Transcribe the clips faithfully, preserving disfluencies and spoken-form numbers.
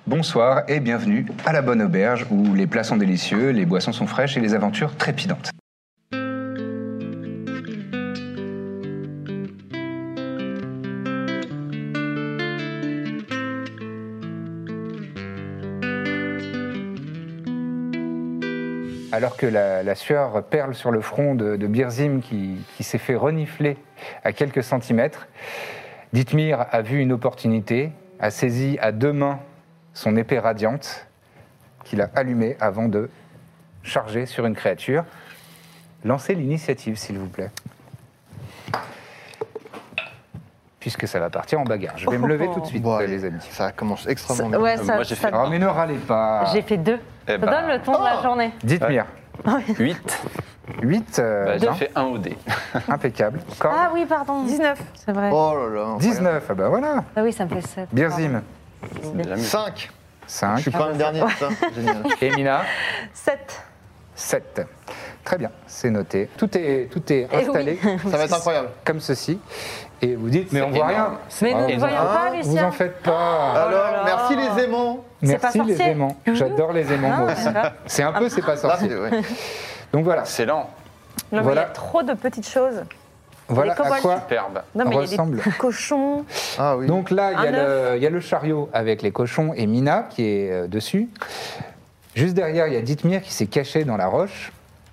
Bonsoir et bienvenue à la Bonne Auberge où les plats sont délicieux, les boissons sont fraîches et les aventures trépidantes. Alors que la, la sueur perle sur le front de, de Birzim qui, qui s'est fait renifler à quelques centimètres, Dithmir a vu une opportunité, a saisi à deux mains son épée radiante, qu'il a allumée avant de charger sur une créature. Lancez l'initiative, s'il vous plaît. Puisque ça va partir en bagarre. Je vais me lever tout de suite, Bon, allez, les amis. Ça commence extrêmement Ça- bien. ouais, ça- Moi, j'ai fait- ça- Oh, mais ne râlez pas. J'ai fait deux. Eh Ça ben, donne le ton de la journée. Dithmir, huit. huit, euh, Bah, j'ai bien. fait un au dé. Impeccable. Corbe, Ah oui, pardon. dix-neuf. C'est vrai. Oh là là. dix-neuf, ah bah voilà. Ah oui, ça me fait sept. Birzim, Jamais vu. cinq. Je cinq. suis quand même dernier, putain. Génial. Et Mina, sept. sept. Très bien, c'est noté. Tout est, tout est Eh installé Ça va être incroyable. comme ceci. Et vous dites, mais on voit énorme. rien. Mais nous Ah, ne énorme. voyons pas, Vous Lucien. en faites pas. Alors, là là. merci les aimants. C'est pas Merci les sorcier. aimants. J'adore les aimants, Ah, moi aussi. d'accord. C'est un peu, c'est pas Là, sorcier. c'est- ouais. Donc voilà, Excellent. Non, mais Voilà. il y a trop de petites choses. voilà à kobolds. quoi Superbe. Non, mais il y a ressemble. des cochons. Ah oui. Donc là, il y, a Un le, il y a le chariot avec les cochons et Mina qui est euh, dessus. Juste derrière, il y a Dithmir qui s'est caché dans la roche.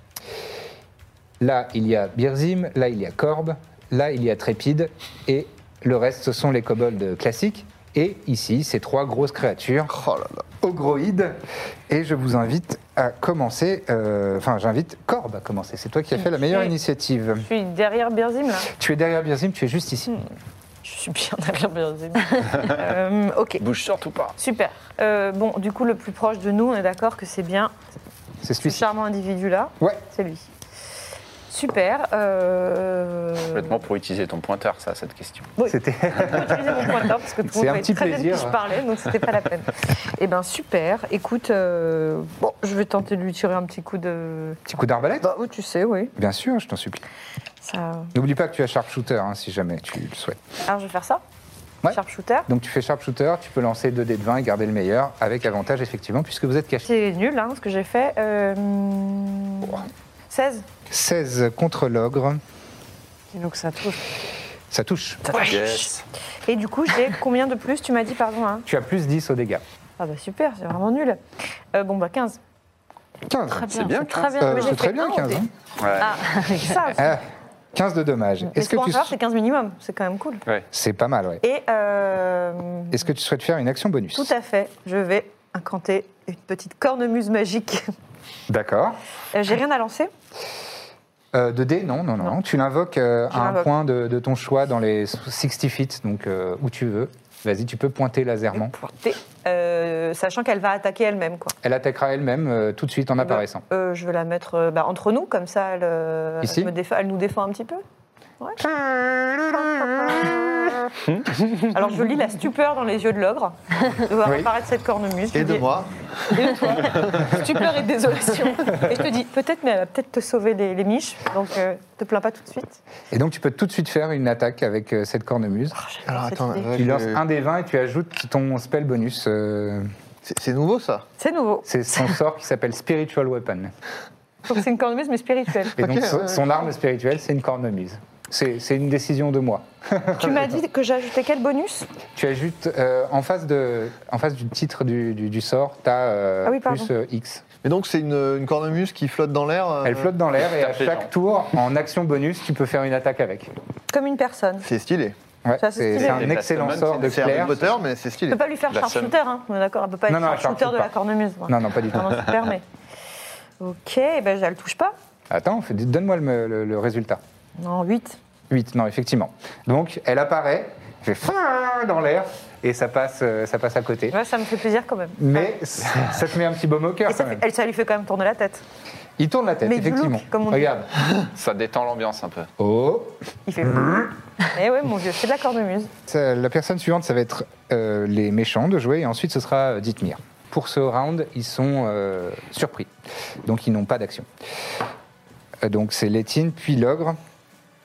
Là, il y a Birzim. Là, il y a Corbe. Là, il y a Trépide. Et le reste, ce sont les kobolds classiques. Et ici, ces trois grosses créatures Oh là là. ogroïdes. Et je vous invite à commencer. euh, Enfin, j'invite Corbe à commencer. C'est toi qui as fait la meilleure Oui. initiative. Je suis derrière Birzim, là. Tu es derrière Birzim, tu es juste ici. Je suis bien derrière Birzim. Euh, ok, Bouge surtout pas. super. Euh, bon, du coup, le plus proche de nous, on est d'accord que c'est bien C'est ce celui-ci. charmant individu-là. Ouais. C'est lui. Super. Euh... Complètement pour utiliser ton pointeur, ça, cette question. Oui. C'était. Je peux utiliser mon pointeur parce que tout le C'est monde un voyait petit très bien de plaisir. qui je parlais, donc c'était pas la peine. Eh ben super. Écoute, euh, bon, je vais tenter de lui tirer un petit coup de. Petit coup d'arbalète. Bah oui, tu sais, oui. Bien sûr, je t'en supplie. Ça... N'oublie pas que tu as sharpshooter hein, si jamais tu le souhaites. Alors je vais faire ça. Ouais. Sharpshooter. Donc tu fais sharpshooter, tu peux lancer deux dés de vingt et garder le meilleur avec avantage effectivement puisque vous êtes caché. C'est nul, hein, ce que j'ai fait. Euh... seize. seize contre l'ogre, Donc ça touche. ça touche. Yes. Et du coup, j'ai combien de plus? Tu m'as dit, pardon. Hein Tu as plus dix au dégâts. ah bah super, c'est vraiment nul. Euh, bon bah quinze. quinze. Très C'est bien, Très bien. Euh, mais j'ai c'est très fait bien un au quinze. dé. hein. Ouais. Ah, ça. Ah, quinze de dommages. Mais Est-ce que pour un tu... joueur, c'est quinze minimum. C'est quand même cool. Ouais. C'est pas mal, ouais. Et euh, Est-ce que tu souhaites faire une action bonus? tout à fait, je vais incanter une petite cornemuse magique. D'accord. Euh, j'ai rien à lancer. Euh, de dés, non, non, non. Non. Tu l'invoques euh, Je à un l'invoque. point de, de ton choix dans les soixante feet, donc euh, où tu veux. Vas-y, tu peux pointer laserment. Pointer. Euh, sachant qu'elle va attaquer elle-même, quoi. Elle attaquera elle-même euh, tout de suite en apparaissant. Euh, je vais la mettre euh, bah, entre nous, comme ça, elle, euh, Ici elle me défend- elle nous défend un petit peu. Ouais. Alors je lis la stupeur dans les yeux de l'ogre de voir Oui. apparaître cette cornemuse. Je Et lui de dis- moi. Et de toi. Stupeur et désolation. Et je te dis, peut-être, mais elle va peut-être te sauver les, les miches, donc euh, te plains pas tout de suite. Et donc tu peux tout de suite faire une attaque avec euh, cette cornemuse. Oh, j'adore Alors cette attends, idée. ouais, Tu je- lances un des vingt et tu ajoutes ton spell bonus. euh, c'est c'est nouveau ça. C'est nouveau. c'est son sort qui s'appelle Spiritual Weapon. Donc c'est une cornemuse, mais spirituelle. Et Ok, donc son, ouais. son arme spirituelle, c'est une cornemuse. C'est c'est une décision de moi. Tu m'as dit que j'ajoutais quel bonus? Tu ajoutes, euh, en, face de, en face du titre du, du- du sort, tu as Ah oui, pardon. plus euh, X. Mais donc c'est une, une cornemuse qui flotte dans l'air. euh, Elle flotte dans l'air et à tape les chaque gens. tour, en action bonus, tu peux faire une attaque avec. Comme une personne. C'est stylé. Ouais, Ça, c'est c'est stylé. c'est un Et excellent Blastman, sort de C'est Harry Claire. Potter, mais c'est Tu stylé. peux pas lui faire La sharpshooter, hein, on est d'accord. Elle peut pas être Non, non, elle sharpshooter de sharpshoot la pas. cornemuse. moi. Non, non, pas du tout. Non, non, ça permet. Ok, ben je le touche pas. Attends, fais- donne-moi le, le- le résultat. Non, huit. huit, non, effectivement. Donc, elle apparaît, fait fin dans l'air, et ça passe, euh, ça passe à côté. Ouais, ça me fait plaisir quand même. Mais ça ça te met un petit baume au cœur, Et ça, quand fait- même. elle- ça lui fait quand même tourner la tête. Il tourne la tête, Mais du effectivement. look, comme on dit. Regarde. Ça détend l'ambiance un peu. Oh. Il fait. Eh ouais, mon vieux, c'est de la cornemuse. Ça, la personne suivante, ça va être euh, les méchants de jouer, et ensuite ce sera euh, Dithmir. Pour ce round, ils sont euh, surpris, donc ils n'ont pas d'action. Euh, donc c'est Létine, puis l'ogre,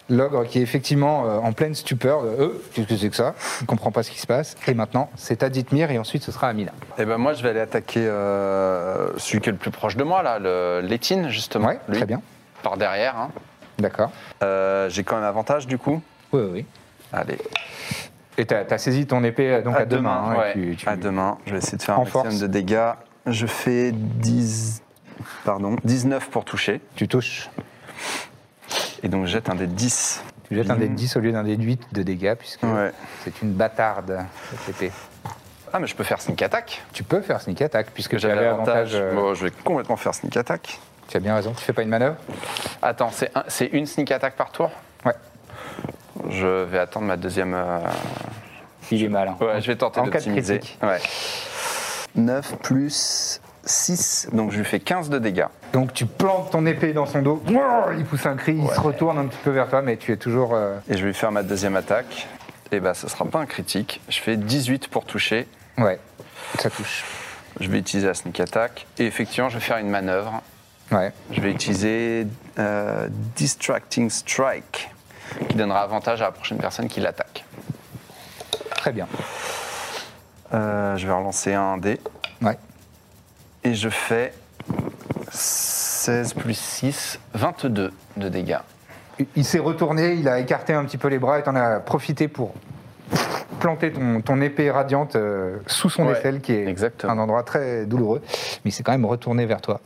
L'ogre qui est effectivement euh, en pleine stupeur. de, Euh, qu'est-ce que c'est que ça? Il ne comprend pas ce qui se passe. Et maintenant, c'est à Dithmir et ensuite ce sera à Mina. Eh ben moi, je vais aller attaquer euh, celui qui est le plus proche de moi, là, le Létine, justement. Ouais, Lui, très bien. par derrière. Hein. D'accord. Euh, J'ai quand même avantage, du coup. Oui, oui, oui. Allez. Et tu as saisi ton épée donc à, deux mains. hein, et ouais, tu- tu- à deux mains. Je vais essayer de faire En un maximum force. de dégâts. Je fais dix... Pardon, dix-neuf pour toucher. Tu touches. Et donc, je jette un des dix. Tu jettes un Mmh. dé de dix au lieu d'un dé de huit de dégâts, puisque Ouais. c'est une bâtarde, cette épée. Ah, mais je peux faire sneak attack. Tu peux faire sneak attack, puisque tu J'avais avais avantage. avantage. euh, Bon, je vais complètement faire sneak attack. Tu as bien raison. Tu fais pas une manœuvre? Attends, c'est un- c'est une sneak attack par tour? Ouais. Je vais attendre ma deuxième... euh, Il est malin. Ouais, je vais tenter En cas de d'optimiser. critique. Ouais. neuf plus six, donc je lui fais quinze de dégâts. Donc tu plantes ton épée dans son dos. Il pousse un cri, il se retourne un petit peu vers toi, mais tu es toujours. euh, Et je vais lui faire ma deuxième attaque. Et bah, ce sera pas un critique. Je fais dix-huit pour toucher. Ouais, ça touche. Je vais utiliser la sneak attack. Et effectivement, je vais faire une manœuvre. Ouais. Je vais utiliser euh, Distracting Strike, qui donnera avantage à la prochaine personne qui l'attaque. Très bien. Euh, je vais relancer un dé. Ouais. Et je fais seize plus six, vingt-deux de dégâts. Il s'est retourné, il a écarté un petit peu les bras et t'en as profité pour planter ton, ton épée radiante euh, sous son Ouais, aisselle, qui est exactement. un endroit très douloureux. Mais il s'est quand même retourné vers toi.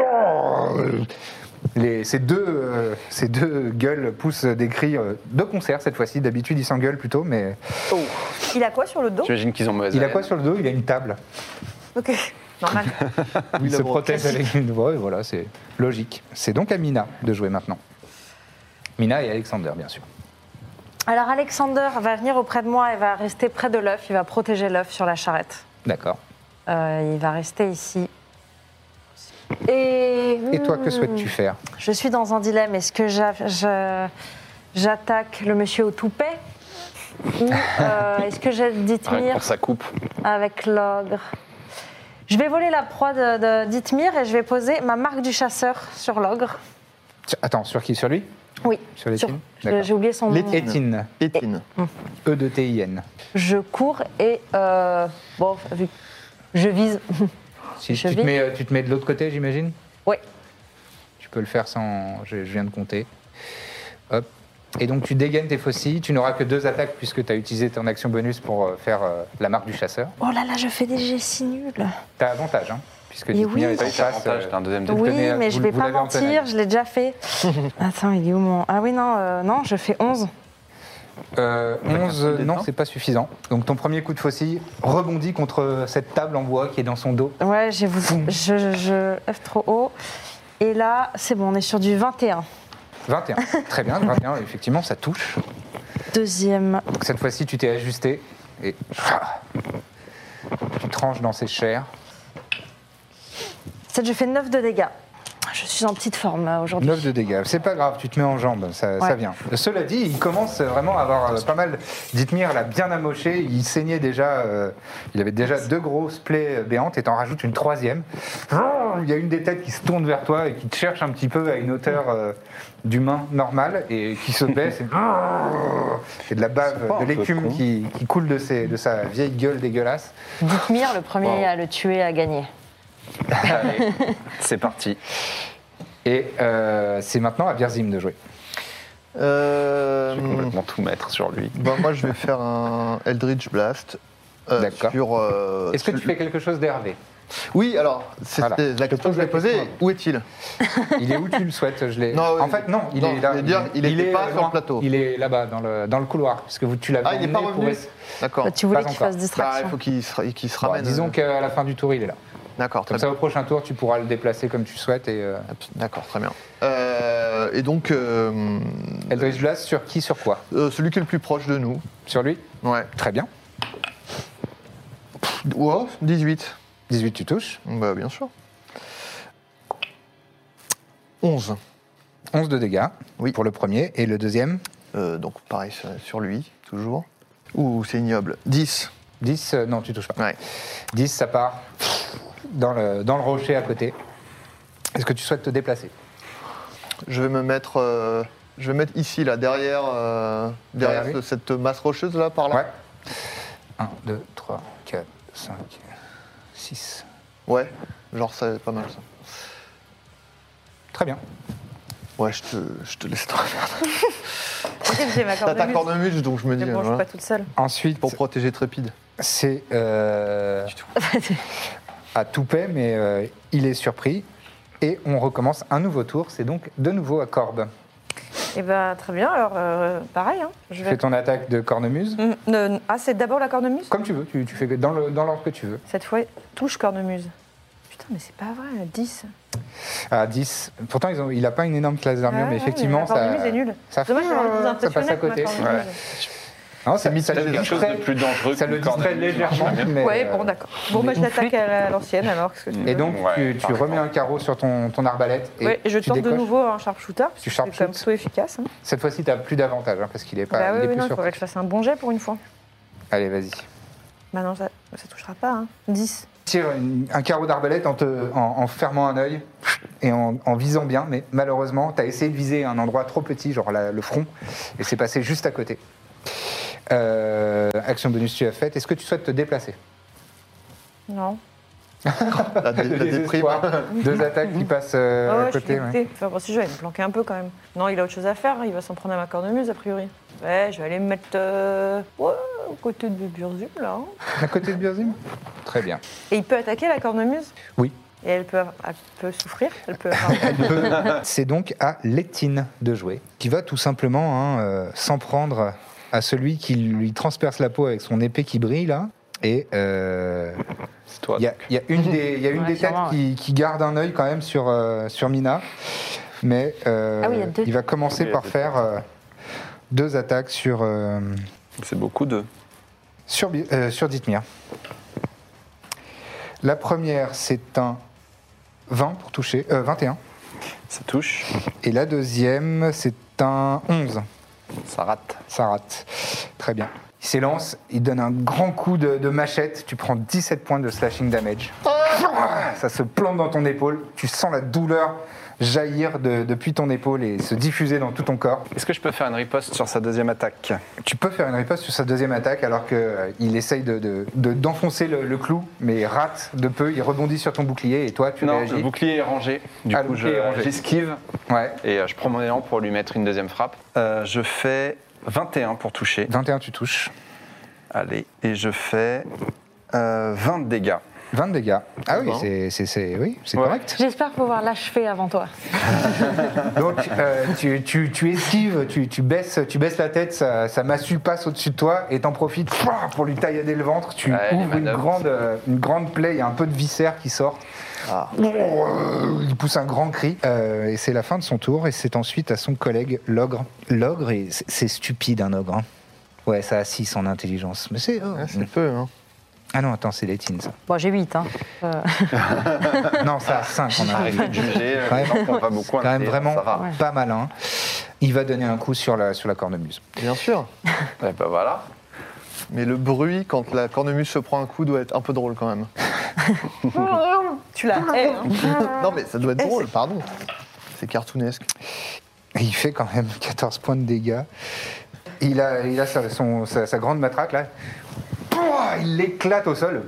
Les, ces, deux, euh, ces deux gueules poussent des cris euh, de concert cette fois-ci. D'habitude, ils s'engueulent plutôt, mais Il a quoi sur le dos? J'imagine qu'ils ont mauvaise il a haleine. quoi sur le dos? Il a une table. Ok, normal. Il la se broche. protège avec une voix, et voilà, c'est logique. C'est donc à Mina de jouer maintenant. Mina et Alexander, bien sûr. Alors Alexander va venir auprès de moi et va rester près de l'œuf. Il va protéger l'œuf sur la charrette. D'accord. Euh, il va rester ici. Et, Et toi, que souhaites-tu faire? Je suis dans un dilemme. Est-ce que j'a- je- j'attaque le monsieur au toupet ou euh, est-ce que j'aide Rien que Dithmir pour sa coupe. avec l'ogre? Je vais voler la proie de, de Dithmir et je vais poser ma marque du chasseur sur l'ogre. Attends, sur qui? Sur lui? Oui. Sur Létine? je- D'accord. J'ai oublié son nom. Létine. Étine. E de T I N. Je cours et euh, bon, vu que je vise. Si Je tu, te vis. mets, euh, tu te mets de l'autre côté, j'imagine? Oui. Tu peux le faire sans. Je, je viens de compter. Hop. Et donc tu dégaines tes faucilles. Tu n'auras que deux attaques puisque tu as utilisé ton action bonus pour euh, faire euh, la marque du chasseur. Oh là là, je fais des jets si nuls. Tu as avantage, hein, puisque Et Dithmir oui. est T'as en eu face. avantage, euh, t'as un deuxième dé. Vous le Oui, tenez à- mais vous- je vais vous pas l'avez en mentir, tenaille. je l'ai déjà fait. Attends, il est où mon. Ah oui, non, euh, non, je fais onze. Euh, onze, un dé de non, vingt. c'est pas suffisant. Donc ton premier coup de faucille rebondit contre cette table en bois qui est dans son dos. Ouais, j'ai voulu. Je, je, je F trop haut. Et là, c'est bon, on est sur du vingt et un. vingt et un. Très bien, vingt et un, effectivement, ça touche. Deuxième. Donc cette fois-ci, tu t'es ajusté et tu tranches dans ses chairs. sept, je fais neuf de dégâts. Je suis en petite forme euh, aujourd'hui. neuf de dégâts. C'est pas grave, tu te mets en jambe, ça, Ouais. ça vient. Cela dit, il commence vraiment à avoir euh, pas mal. Dithmir l'a bien amoché, il saignait déjà. euh, il avait déjà deux grosses plaies béantes et t'en rajoutes une troisième. Il y a une des têtes qui se tourne vers toi et qui te cherche un petit peu à une hauteur euh, d'humain normale et qui se baisse. Et, et de la bave, pas un de peu l'écume con. qui, qui coule de, ses- de sa vieille gueule dégueulasse. Dithmir, le premier Wow. à le tuer, a gagné. Allez, c'est parti. Et euh, c'est maintenant à Birzim de jouer. Euh, Je vais complètement tout mettre sur lui. bah, moi, je vais faire un Eldritch Blast. euh, D'accord. sur, euh, Est-ce que tu sur- fais quelque chose d'Hervé? Oui, alors, c'était Voilà. la Je te question que pose je la vais poser. question. Où est-il? Il est où tu le souhaites? Je l'ai. Non, en oui. fait, non, il Non, est là. je veux dire, il était est pas sur le loin. plateau. Il est là-bas, dans le, dans le couloir, puisque vous, tu l'avais Ah, il n'est pas emmené pour revenu. essa- D'accord. Bah, tu voulais Pas qu'il encore. fasse Bah, distraction. il faut qu'il se, qu'il se Bon, ramène. disons euh, qu'à la fin du tour, il est là. D'accord, très Comme bien. ça, au prochain tour, tu pourras le déplacer comme tu souhaites. Et euh, D'accord, très bien. Euh, et donc, euh, Eldritch Blast, sur qui, sur quoi? euh, celui qui est le plus proche de nous. Sur lui? Ouais. Très bien. Oh, dix-huit. dix-huit, tu touches. Bah, bien sûr. onze. onze de dégâts Oui. pour le premier. Et le deuxième? Euh, donc, pareil sur- sur lui, toujours. Ouh, c'est ignoble. dix. dix, euh, non, tu touches pas. Ouais. dix, ça part dans le, dans le rocher à côté. Est-ce que tu souhaites te déplacer? Je vais me mettre euh, Je vais mettre ici, là, derrière, euh, derrière Derrière lui. ce- cette masse rocheuse, là, par là. Ouais. un, deux, trois, quatre, cinq, six. Ouais, genre, c'est pas mal, ça. Très bien. Ouais, je te, je te laisse toi faire. Ok, j'ai ma T'as corde ta de cornemuse, donc je me dis, Mais bon, je voilà, suis pas toute seule. Ensuite, pour protéger Trépide. c'est euh, à Toupet, mais euh, il est surpris. Et on recommence un nouveau tour. C'est donc de nouveau à Corbe. Et ben très bien, alors euh, pareil. Hein. Je Fais ton attaque de cornemuse. Mm, ne- Ah, c'est d'abord la cornemuse. Comme tu veux, tu, tu fais dans le- dans l'ordre que tu veux. Cette fois, touche cornemuse. Putain, mais c'est pas vrai, dix. À dix. Pourtant, ils ont, il n'a pas une énorme classe d'armure, Ouais, mais ouais, effectivement, la ça. cornemuse est nulle. Ça, Dommage, j'aurais dû vous ça impressionner passe à avec ma côté. cornemuse. Ouais. Non, ça, ça le Peut-être quelque chose distrait, de plus dangereux ça qu'une le distrait cornemuse, légèrement. marche bien. Mais, Ouais, euh, bon, d'accord. Bon, bah, je mais- l'attaque à la- à l'ancienne alors. qu'est-ce que tu Et veux. donc, Ouais, tu, tu parfait. remets un carreau sur ton, ton arbalète et Ouais, et je tu tente de décoches. nouveau un sharpshooter, parce Tu que c'est quand même sharpshoots. plutôt efficace. Hein. Cette fois-ci, tu n'as plus d'avantage hein, parce qu'il est, pas, bah il oui, est oui, plus non, il sur. faudrait que je fasse un bon jet pour une fois. Allez, vas-y. Bah non, ça, ça touchera pas. Hein. dix. Tire une- un carreau d'arbalète en, te- en, en fermant un œil et en, en visant bien, mais malheureusement, tu as essayé de viser un endroit trop petit, genre la- le front, et c'est passé juste à côté. Euh, action bonus tu as faite. Est-ce que tu souhaites te déplacer? Non. La, dé- Le la déprime. désespoir. Deux attaques qui passent euh, Ah ouais, à je suis côté. ouais. dégoûtée. Enfin, bon, si je vais me planquer un peu quand même. Non, il a autre chose à faire, il va s'en prendre à ma cornemuse a priori. Ouais, je vais aller me mettre euh, ouais, aux côtés de Burzum là. hein. À côté de Birzim. Très bien. Et il peut attaquer la cornemuse? Oui. Et elle peut, elle peut souffrir? Elle peut. enfin, C'est donc à Létine de jouer, qui va tout simplement hein, euh, s'en prendre à celui qui lui transperce la peau avec son épée qui brille là. Et euh, C'est toi. il y a, il y a une des, il y a une Ouais, des têtes sûrement, qui, qui garde un œil quand même sur, euh, sur Mina, mais euh, Ah oui, il y a deux. va commencer Oui, il y a par deux faire euh, deux attaques sur, euh, C'est beaucoup de. sur, Bi- euh, sur Dithmir. La première, c'est un vingt pour toucher, euh, vingt et un. Ça touche, Et la deuxième, c'est un onze. ça rate. Ça rate. Très bien. Il s'élance, il donne un grand coup de, de machette. Tu prends dix-sept points de slashing damage. Ça se plante dans ton épaule. Tu sens la douleur jaillir de- depuis ton épaule et se diffuser dans tout ton corps. Est-ce que je peux faire une riposte sur sa deuxième attaque? Tu peux faire une riposte sur sa deuxième attaque alors qu'il essaye de, de- de- d'enfoncer le, le clou, mais rate de peu. Il rebondit sur ton bouclier et toi, tu Non, réagis. le bouclier est rangé. Du Ah, le coup, bouclier est rangé. je- j'esquive Ouais. et euh, je prends mon élan pour lui mettre une deuxième frappe. Euh, je fais vingt et un pour toucher. vingt et un, tu touches. Allez, et je fais euh, vingt de dégâts. vingt de dégâts. Ah oui, Bon. c'est, c'est, c'est- oui, c'est Ouais. correct. J'espère pouvoir l'achever avant toi. Donc, euh, tu, tu- tu esquives, tu, tu baisses, tu baisses la tête, sa, sa massue passe au-dessus de toi et t'en profites pouah, pour lui taillader le ventre. Tu Ouais, les ouvres une manœuvres. grande, euh, une grande plaie, il y a un peu de viscère qui sort. Ah. Il pousse un grand cri euh, et c'est la fin de son tour. Et c'est ensuite à son collègue l'ogre. L'ogre, est- c'est c'est stupide un ogre. hein. Ouais, ça a six en intelligence. Mais c'est. oh. Ouais, c'est peu, hein. Ah non, attends, c'est Létine ça. Bon, j'ai huit. Hein. Euh, Non, ça a cinq en Arrêtez intelligence. de juger, euh, Ouais. les gens qui ont pas beaucoup C'est quand même intégré, vraiment ça va. Ouais. pas malin. Il va donner un coup sur la, sur la cornemuse. Bien sûr. Eh ben voilà. Mais le bruit, quand la cornemuse se prend un coup, doit être un peu drôle quand même. tu la hais. Hein. Non, mais ça doit être drôle, pardon. C'est cartoonesque. Et il fait quand même quatorze points de dégâts. Il a, il a sa, son- sa, sa grande matraque là. Pouah, il l'éclate au sol.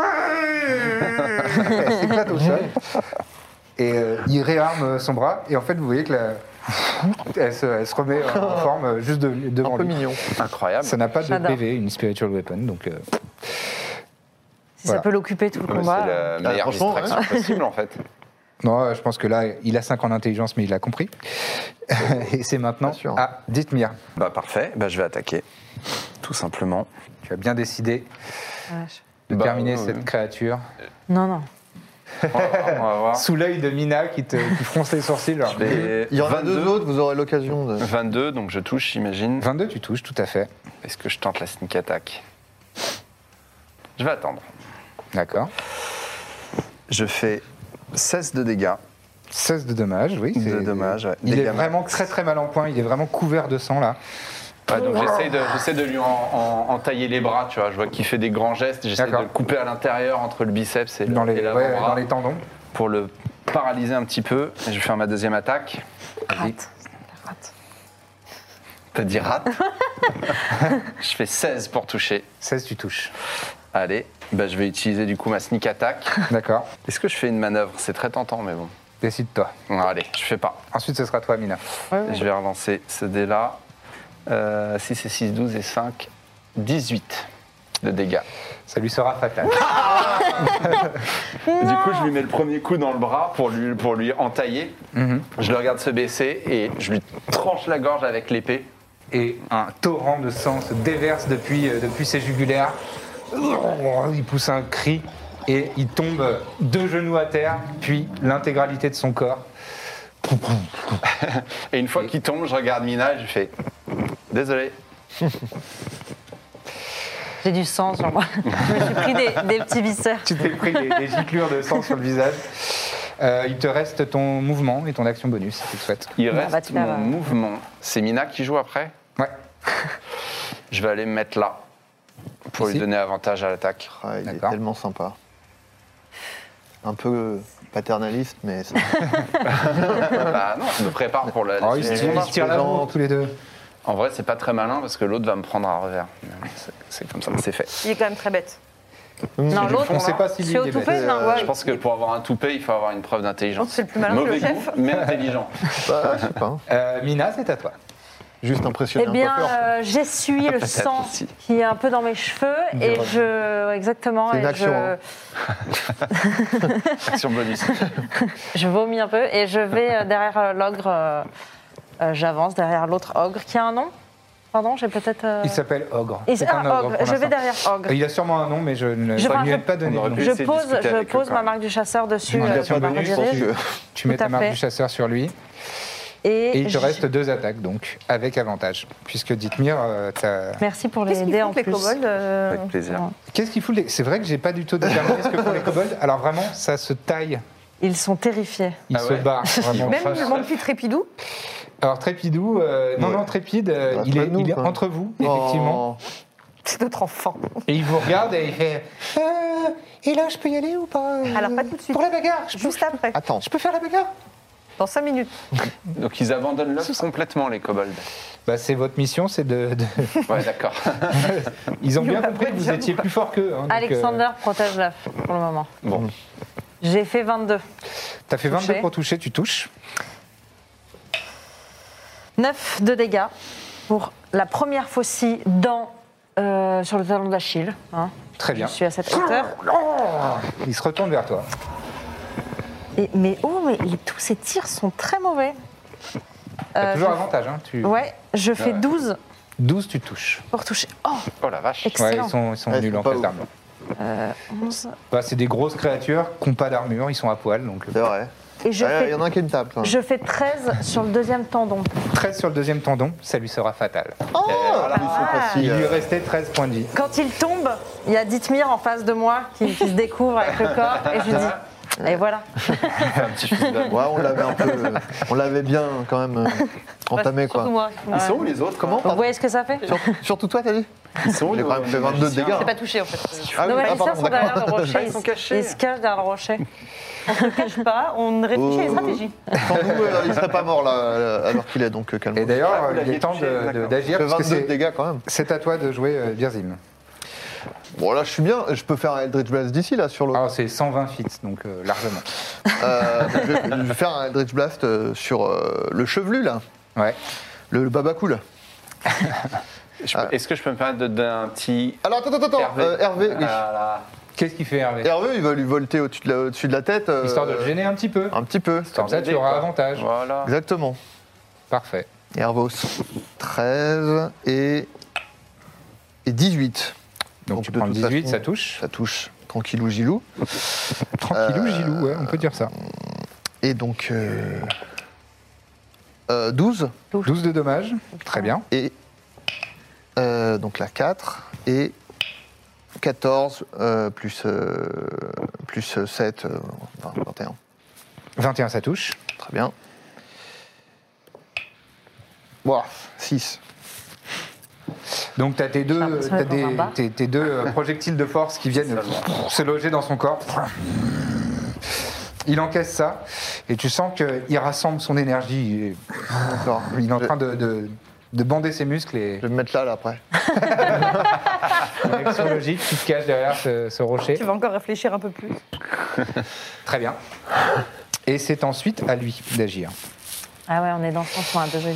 Elle s'éclate au sol. Et euh, il réarme son bras. Et en fait, vous voyez que la, elle, se, elle se remet en forme euh, juste de- Un devant peu lui. mignon. Incroyable. Ça n'a pas de J'adore. P V, une spiritual weapon. Donc, euh, si Voilà. ça peut l'occuper tout le Ouais, combat. c'est la meilleure franchement, distraction possible en fait. non, je pense que là, il a cinq en intelligence, mais il a compris. Et c'est maintenant Bien sûr. à Dithmir. Bah parfait, bah, je vais attaquer. Tout simplement. Tu as bien décidé Vache. de Bah, terminer ouais, cette ouais. créature. Non, non. On va, on va voir. Sous l'œil de Mina qui, te, qui fronce les sourcils. genre. Je vais Il y en a deux vingt-deux. autres, vous aurez l'occasion de. vingt-deux, donc je touche, j'imagine. vingt-deux, tu touches, tout à fait. Est-ce que je tente la sneak attack? Je vais attendre. D'accord. Je fais seize de dégâts. seize de dommages, oui. De c'est- dommages, ouais. Il est Dégâts vraiment max. très très mal en point, il est vraiment couvert de sang là. Ouais, donc j'essaie de, j'essaie de lui en, en- en tailler les bras, tu vois. Je vois qu'il fait des grands gestes. J'essaie de D'accord. le couper à l'intérieur entre le biceps et le Dans les, et ouais, l'avant-bras dans les tendons. pour le paralyser un petit peu. Et je vais faire ma deuxième attaque. Vas-y. Rate. Rate. te dis rate. Je fais seize pour toucher. seize, tu touches. Allez, bah, je vais utiliser du coup ma sneak attack. D'accord. Est-ce que je fais une manœuvre? C'est très tentant, mais bon. Décide-toi. Non, allez, je fais pas. Ensuite, ce sera toi, Mina. Je vais relancer ce dé-là. Euh, six et six, douze et cinq, dix-huit de dégâts. Ça lui sera fatal. Du coup, je lui mets le premier coup dans le bras pour lui, pour lui entailler. Mhm. Je le regarde se baisser et je lui tranche la gorge avec l'épée. Et un torrent de sang se déverse depuis, euh, depuis ses jugulaires. Il pousse un cri et il tombe deux genoux à terre, puis l'intégralité de son corps. Et une fois qu'il tombe, je regarde Mina et je fais « Désolé ». J'ai du sang sur moi. Je me suis pris des, des petits viscères. Tu t'es pris des, des giclures de sang sur le visage. Euh, il te reste ton mouvement et ton action bonus, si tu le souhaites. Il va reste te faire, mon euh, mouvement. C'est Mina qui joue après? Ouais. Je vais aller me mettre là pour Ici. lui donner avantage à l'attaque. Ah, il est D'accord. tellement sympa. Un peu paternaliste, mais ça... Bah non, je me prépare pour la, la Oh, ils se suite. tirent- ils se tirent la bourre tous les deux. En vrai, c'est pas très malin parce que l'autre va me prendre à revers. C'est- C'est comme ça que c'est fait. Il est quand même très bête. Non, l'autre, On ne sait pas si lui c'est au il est toupet, bête. non, ouais. Je pense que pour avoir un toupet, il faut avoir une preuve d'intelligence. C'est le plus malin que Mauvais le goût, chef. mais intelligent. Bah, je sais pas. hein. Euh, Mina, c'est à toi. Juste impressionné Eh un bien, coiffeur. euh, j'essuie le Peut-être sang aussi. qui est un peu dans mes cheveux et je exactement C'est une et action, je, hein. Action bonus. je vomis un peu et je vais euh, derrière euh, l'ogre. euh, euh, J'avance derrière l'autre ogre qui a un nom. Pardon, j'ai peut-être. euh, Il s'appelle Ogre. il- C'est ah, un ogre. ogre. pour Je vais l'instant. derrière ogre. Il a sûrement un nom, mais je ne Je- je enfin, lui ai je- pas donné on de aurait nom. pu Je essayer de pose, discuter je avec eux, pose quand ma même. marque du chasseur dessus. Il euh, a sur pas le bonus, Je pense dirige. que... Tu mets Tout ta à marque fait. du chasseur sur lui. Et, Et il te je- reste deux attaques, donc, avec avantage. Puisque Dithmir, euh, t'as- Merci pour les Qu'est-ce qu'ils dés font en que les plus. kobolds euh, Avec plaisir. Qu'est-ce qu'il fout les- C'est vrai que j'ai pas du tout déterminé ce que font les kobolds. Alors vraiment, ça se taille. Ils sont terrifiés. Ils Ah se ouais barrent, vraiment. Même face. mon petit Trépidou. Alors Trépidou, euh, non, Ouais. non, Trépide, euh, Il reste il pas est, de nous, il est quoi. entre vous, effectivement. Oh. C'est notre enfant. Et il vous regarde et il fait euh, et là, je peux y aller ou pas euh, Alors, pas tout de suite. Pour la bagarre, je peux, Juste après. Attends. je peux faire la bagarre. Dans cinq minutes. Donc ils abandonnent l'œuf complètement, les kobolds. Bah, c'est votre mission, c'est de, de- Ouais, d'accord. Ils ont Ils bien ont pas compris que vous besoin, étiez quoi. plus fort qu'eux. hein, donc, euh, Alexander protège l'œuf pour le moment. Bon, J'ai fait vingt-deux. T'as fait vingt-deux Touché. pour toucher, tu touches. neuf de dégâts pour la première faucille dans, euh, sur le talon d'Achille. hein. Très bien. Je suis à cette hauteur. Il se retourne vers toi. Et, mais oh, mais les- tous ces tirs sont très mauvais. T'as Euh, toujours je- avantage. Hein, tu... Ouais, je fais Ouais. douze douze, tu touches. pour toucher. Oh, oh la vache. Ouais, excellent. ils sont, ils sont Ouais, nuls c'est en pas face ouf. d'armure. Euh, onze. Bah, c'est des grosses créatures qui n'ont pas d'armure, ils sont à poil. Donc C'est vrai. Et je, Ah, Il fais, y en a un qui me tape. quand même. je fais treize sur le deuxième tendon. treize sur le deuxième tendon, ça lui sera fatal. Oh voilà. Ils sont pas si, Il lui euh, restait treize points de vie. Quand il tombe, il y a Dithmir en face de moi qui, qui se découvre avec le corps et je lui dis. Et voilà. Un petit fils d'homme. Ouais, on l'avait un peu... euh, On l'avait bien, quand même, euh, entamé, Surtout quoi. moi. Ils sont où les autres? Comment Vous voyez ce que ça fait? Sur- Surtout toi, t'as dit Ils sont où J'ai les quand même fait vingt-deux de dégâts. C'est pas touché en fait. Ah oui, Nos ah, magiciens pardon, sont d'accord. derrière le rocher. Ah, ils sont cachés. Ils se cachent derrière le rocher. On se cache pas, on réfléchit à une Oh. stratégie. Sans nous, euh, il serait pas mort, là, alors qu'il est, donc euh, Et calme-toi. d'ailleurs, Ah, vous il l'aviez est temps touché, de- de- d'accord. d'agir fait parce que vingt-deux de c'est dégâts, quand même. c'est à toi de jouer euh, Birzim. Bon, là, je suis bien. Je peux faire un Eldritch Blast d'ici, là, sur l'autre. Alors c'est cent vingt feet, donc euh, largement. Euh, je, vais, je vais faire un Eldritch Blast euh, sur euh, le chevelu, là. Ouais. Le, le babacool. Je peux- Est-ce que je peux me permettre de donner un petit Alors, attends, attends, attends. Hervé, Euh, Hervé, oui. Ah là. Qu'est-ce qu'il fait Hervé Hervé, il va lui volter au-dessus de, la- au-dessus de la tête. euh, Histoire de le gêner un petit peu. Un petit peu. Comme ça, tu auras avantage. Voilà. Exactement. Parfait. Hervos. treize et, et dix-huit. Donc, Donc, tu de prends le toute dix-huit, façon, ça touche. Ça touche. Tranquillou, gilou. Tranquillou, Euh, gilou, ouais, on peut dire ça. Et donc... Euh, euh, douze. douze de dommages, très bien. Et euh, donc là, quatre. Et quatorze euh, plus, euh, plus sept, euh, enfin, vingt et un. vingt et un, ça touche. Très bien. Bon, six. Donc tu as tes deux, l'impression t'as d'être dans des- un bar. tes- tes deux euh, projectiles de force qui viennent se loger dans son corps. Il encaisse ça et tu sens qu'il rassemble son énergie. D'accord. Il est en train de, de- de bander ses muscles et Je vais me mettre là, là, après. une action logique, tu te caches derrière ce, ce rocher. Tu vas encore réfléchir un peu plus. Très bien. Et c'est ensuite à lui d'agir. Ah ouais, on est dans son soin, désolé.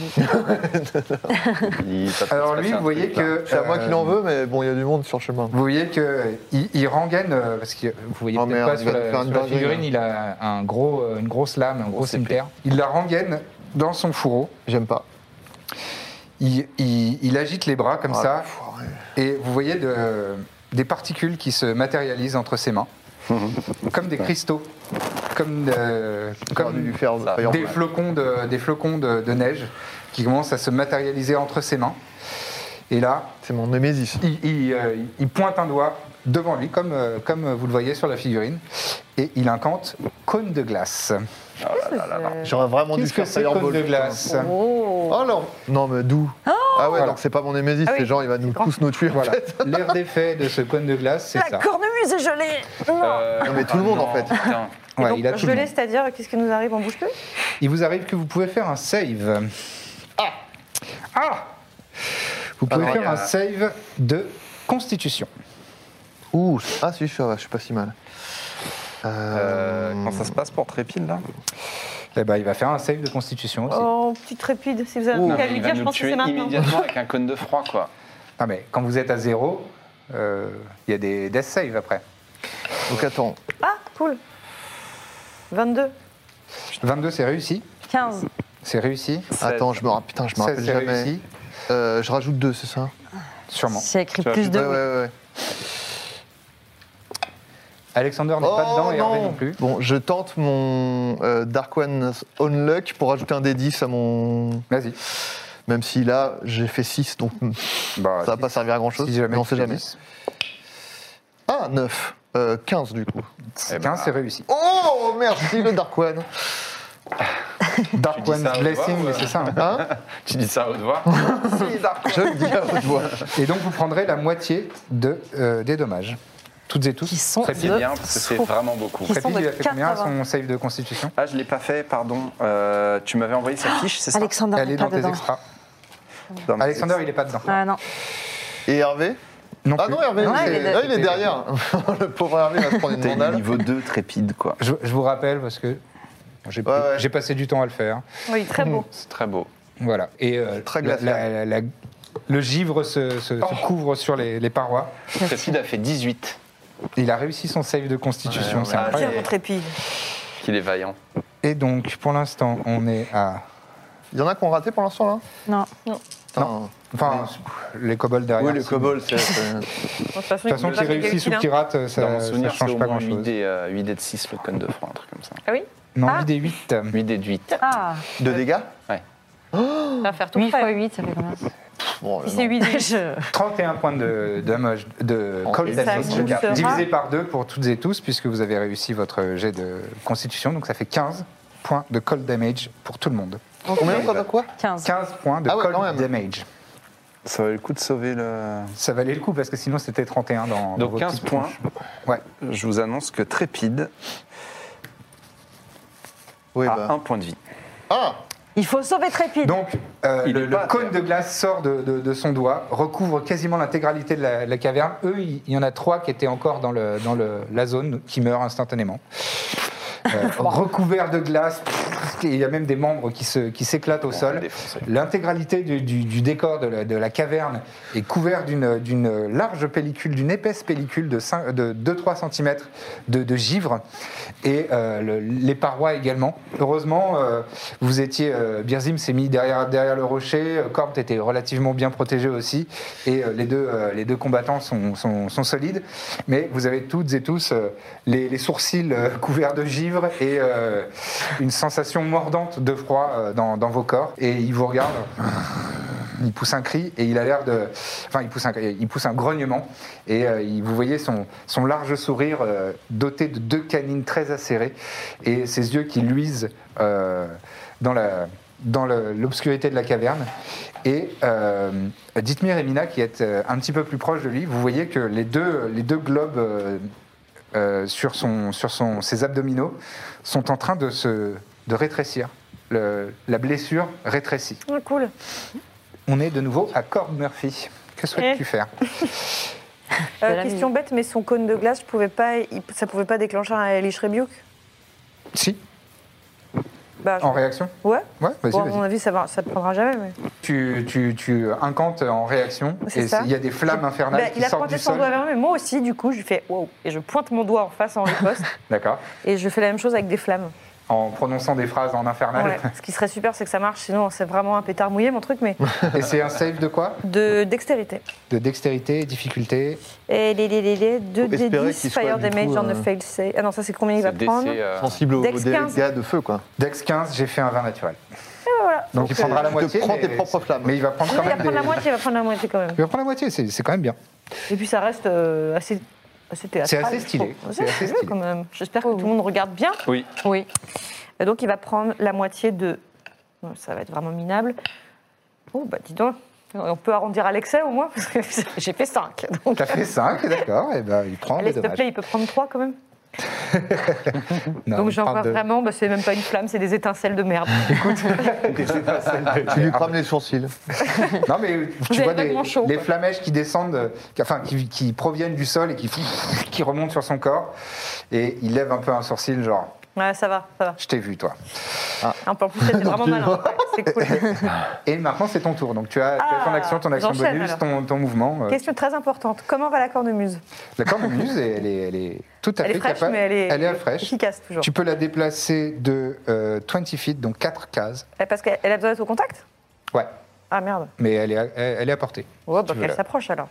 Il- ça peut Alors se lui, passer un vous voyez truc, là. que... C'est à moi qui euh, l'en veux, mais bon, il y a du monde sur le chemin. Vous voyez qu'il il rengaine, euh, parce que vous voyez Oh peut-être merde, pas il sur va la, faire une sur la dinguerie, figurine, là. il a un gros, euh, une grosse lame, un gros Grosse épée. cimeterre. Il la rengaine dans son fourreau. J'aime pas. Il, il- il agite les bras comme Ah, ça, foiré. et vous voyez de- des particules qui se matérialisent entre ses mains, comme des cristaux, comme, de- J'aurais dû lui comme faire ça. Firewall. des flocons, de, des flocons de, de neige qui commencent à se matérialiser entre ses mains. Et là, C'est mon némésis. il, il, euh, il pointe un doigt devant lui, comme, euh, comme vous le voyez sur la figurine, et il incante cône de glace. Oh là là là là. J'aurais vraiment dû Qu'est-ce que faire c'est cône Fireball. de glace? Oh. Oh non Non, mais d'où Ah ouais, Voilà. donc c'est pas mon némésis, Ah oui. c'est genre, il va nous grand. tous nous tuer. en Voilà, fait. l'air d'effet de ce cône de glace, c'est La ça. cornemuse est gelée. Non. Euh, Non, mais tout le monde, non, en fait. putain. Et Ouais, donc, il a tout le gelée, monde. c'est-à-dire, qu'est-ce qui nous arrive en bouche plus Il vous arrive que vous pouvez faire un save. Ah Ah Vous pouvez Alors, faire il y a- un save de constitution. Ouh, ah si, je, je suis pas si mal. Euh, Euh, comment ça se passe pour Trépide là Eh ben, il va faire un save de constitution aussi. Oh, petit trépide. Si vous avez un Oh. truc à Il lui va dire, je nous pense que tuer c'est maintenant. immédiatement avec un cône de froid quoi. Ah, mais quand vous êtes à zéro, euh, il y a des death saves après. Donc attends, Ah, cool. vingt-deux. vingt-deux, c'est réussi. quinze. C'est réussi. attends, je me rappelle, putain, je me rappelle seize, c'est jamais. réussi. Euh, je rajoute deux, c'est ça Sûrement. C'est écrit Tu vas plus ajouter- de. Ouais, ouais, ouais. Alexander n'est pas dedans et Hervé non plus. Bon, je tente mon euh, Dark One's Own Luck pour rajouter un D dix à mon. Vas-y. Même si là, j'ai fait six, donc Bah, ça va si- pas servir à grand chose. si jamais mais on tu sait fais jamais. dix. Ah, neuf. Euh, quinze du coup. Eh ben, quinze, c'est réussi. Oh, merci le Dark One. Dark dis One's ça à haute Blessing, voix, mais ou- c'est ça. hein. Hein Tu dis ça à haute voix Je le dis à haute voix. Et donc, vous prendrez la moitié de, euh, des dommages. Toutes et tous. Qui sont Trépide. C'est de- bien parce que c'est Trop. vraiment beaucoup. Qui sont Trépide, de il a fait combien à quatre-vingts. son save de constitution? Ah je l'ai pas fait, pardon. Euh, tu m'avais envoyé sa fiche, c'est ça Alexander Elle n'est est pas dans tes dedans. extras. Dans mes Alexander, il n'est pas dedans. Ah non. Et Hervé Non Ah plus. non, Hervé, Non, il, il est... est- ah, il est derrière. Le pauvre Hervé va se prendre une T'es mandale. niveau deux Trépide quoi. Je, je vous rappelle parce que j'ai Ouais, ouais. j'ai passé du temps à le faire. Oui, très beau. C'est très beau. Voilà. Et euh, Très la- glacial. la- la- le givre se, se- se couvre sur les, les parois. Trépide a fait dix-huit. Il a réussi son save de constitution. Ouais, c'est ouais. Ah, tiens, incroyable. mon trépide. Qu'il est vaillant. Et donc, pour l'instant, on est à. Il y en a qui ont raté pour l'instant là Non. Putain. Enfin, les kobolds derrière. Oui, le si- cobol, c'est. c'est- Bon, de toute façon, De toute façon, il qu'ils faut réussissent ou calculer, qu'ils hein. ratent, Dans ça mon ne souvenir, c'est change au pas moins grand-chose. huit dés, euh, huit dés de six, le cône de froid, un truc comme ça. Ah oui. Non, Ah. huit des huit. huit dés de huit. Ah, De dégâts Ça va faire tout huit frais. fois huit, ça fait combien Bon, Si non. c'est huit dés. Je- trente et un points de damage, de En cold et damage, ça vous sera- divisé par deux pour toutes et tous, puisque vous avez réussi votre jet de constitution. Donc ça fait quinze points de cold damage pour tout le monde. Combien encore de quoi quinze. quinze points de Ah ouais, cold quand même. damage. Ça valait le coup de sauver le. Ça valait le coup parce que sinon c'était trente et un dans, dans Donc vos quinze petites points. tronches. Ouais. Je vous annonce que Trépide Oui, a bah. un point de vie. Ah Il faut sauver Trépide. Donc euh, Il le, est pas le à cône terre. de glace sort de, de- de son doigt, recouvre quasiment l'intégralité de la, la caverne. Eux, il il y en a trois qui étaient encore dans, le, dans le- la zone, qui meurent instantanément. Euh, recouverts de glace, et il y a même des membres qui se- qui s'éclatent au On va sol. le défoncer. L'intégralité du, du- du décor de la, de la caverne est couvert d'une d'une large pellicule, d'une épaisse pellicule de, cinq- de deux à trois centimètres de, de givre, et euh, le- les parois également. Heureusement, euh, vous étiez, euh, Birzim s'est mis derrière, derrière le rocher, euh, Corbe était relativement bien protégé aussi, et euh, les, deux, euh, les deux combattants sont, sont- sont solides, mais vous avez toutes et tous euh, les, les sourcils euh, couverts de givre et euh, une sensation mordante de froid euh, dans, dans vos corps, et il vous regarde. Il pousse un cri et il a l'air de. Enfin, il pousse un, il pousse un grognement et euh, il- vous voyez son, son large sourire euh, doté de deux canines très acérées et ses yeux qui luisent euh, dans la dans le- l'obscurité de la caverne. Et euh, Dithmir et Mina, qui êtes euh, un petit peu plus proches de lui, vous voyez que les deux, les deux globes euh, euh, sur, son, sur son, ses abdominaux sont en train de se de rétrécir. Le- la blessure rétrécit. Ah, cool. On est de nouveau à Corb Murphy. Que souhaites-tu Eh. faire? Euh, De la question bête, mais son cône de glace, je pouvais pas, il- ça pouvait pas déclencher un Hellish Rebuke? Si, Bah, je- en réaction. Ouais. Ouais, vas-y, Bon, à vas-y. mon avis, ça va, ça te prendra jamais. Mais... Tu, tu, tu incantes en réaction C'est et ça. il y a des flammes infernales Bah, qui il a sortent pointé du son sol. doigt vers moi, mais moi aussi, du coup, je lui fais wow. Et je pointe mon doigt en face en riposte. D'accord. Et je fais la même chose avec des flammes. En prononçant des phrases en infernal. Ouais. Ce qui serait super, c'est que ça marche, sinon c'est vraiment un pétard mouillé, mon truc, mais Et c'est un save de quoi? de dextérité. De dextérité, difficulté. Et les, les, les, les deux Faut D espérer dix qu'il soit, fire du damage coup, on euh, the fail save. Ah non, ça c'est combien il va C'est D C, prendre euh, Sensible aux, Dex aux quinze. dégâts de feu, quoi. Dex quinze, j'ai fait un vingt naturel. voilà. Donc il prendra la tu te moitié. prends mais- tes propres flammes. Mais il va prendre Non, quand il va même prendre la des- moitié, il va prendre la moitié quand même. Il va prendre la moitié, c'est c'est quand même bien. Et puis ça reste euh, assez, assez théâtral. C'est assez je stylé, trouve. c'est assez stylé stylé. quand même. J'espère que tout le monde regarde bien. Oui. Oui. Et donc il va prendre la moitié de... Non, ça va être vraiment minable. Oh bah dis donc, on peut arrondir à l'excès au moins, parce que j'ai fait cinq. Donc, T'as fait cinq, d'accord, et ben il prend allez, les s'il te dommages. plaît, il peut prendre trois quand même. Non, donc il j'ai prend encore deux. vraiment, bah, c'est même pas une flamme, c'est des étincelles de merde. Tu lui crames les sourcils. Non, mais tu avez vois des, vaguement chaud, les quoi. flamèches qui descendent, euh, qui- enfin qui, qui proviennent du sol et qui, qui remontent sur son corps. Et il lève un peu un sourcil, genre, Ouais, ça va, ça va. je t'ai vu, toi. En plus, c'était vraiment malin. Ouais, c'est cool. Et maintenant, c'est ton tour. Donc tu as, tu as ton Ah, action, ton action j'enchaîne, bonus, alors. ton, ton mouvement. euh. Question très importante. Comment va la cornemuse? La cornemuse, elle est, elle est tout à Elle fait est fraîche, capable. mais elle est, elle est fraîche. efficace toujours. Tu peux la déplacer de euh, vingt feet, donc quatre cases. Eh, Parce qu'elle elle a besoin d'être au contact? Ouais, Ah merde. mais elle est, à- elle, elle est à portée. Ouais, tu bah, veux qu'elle la- s'approche alors.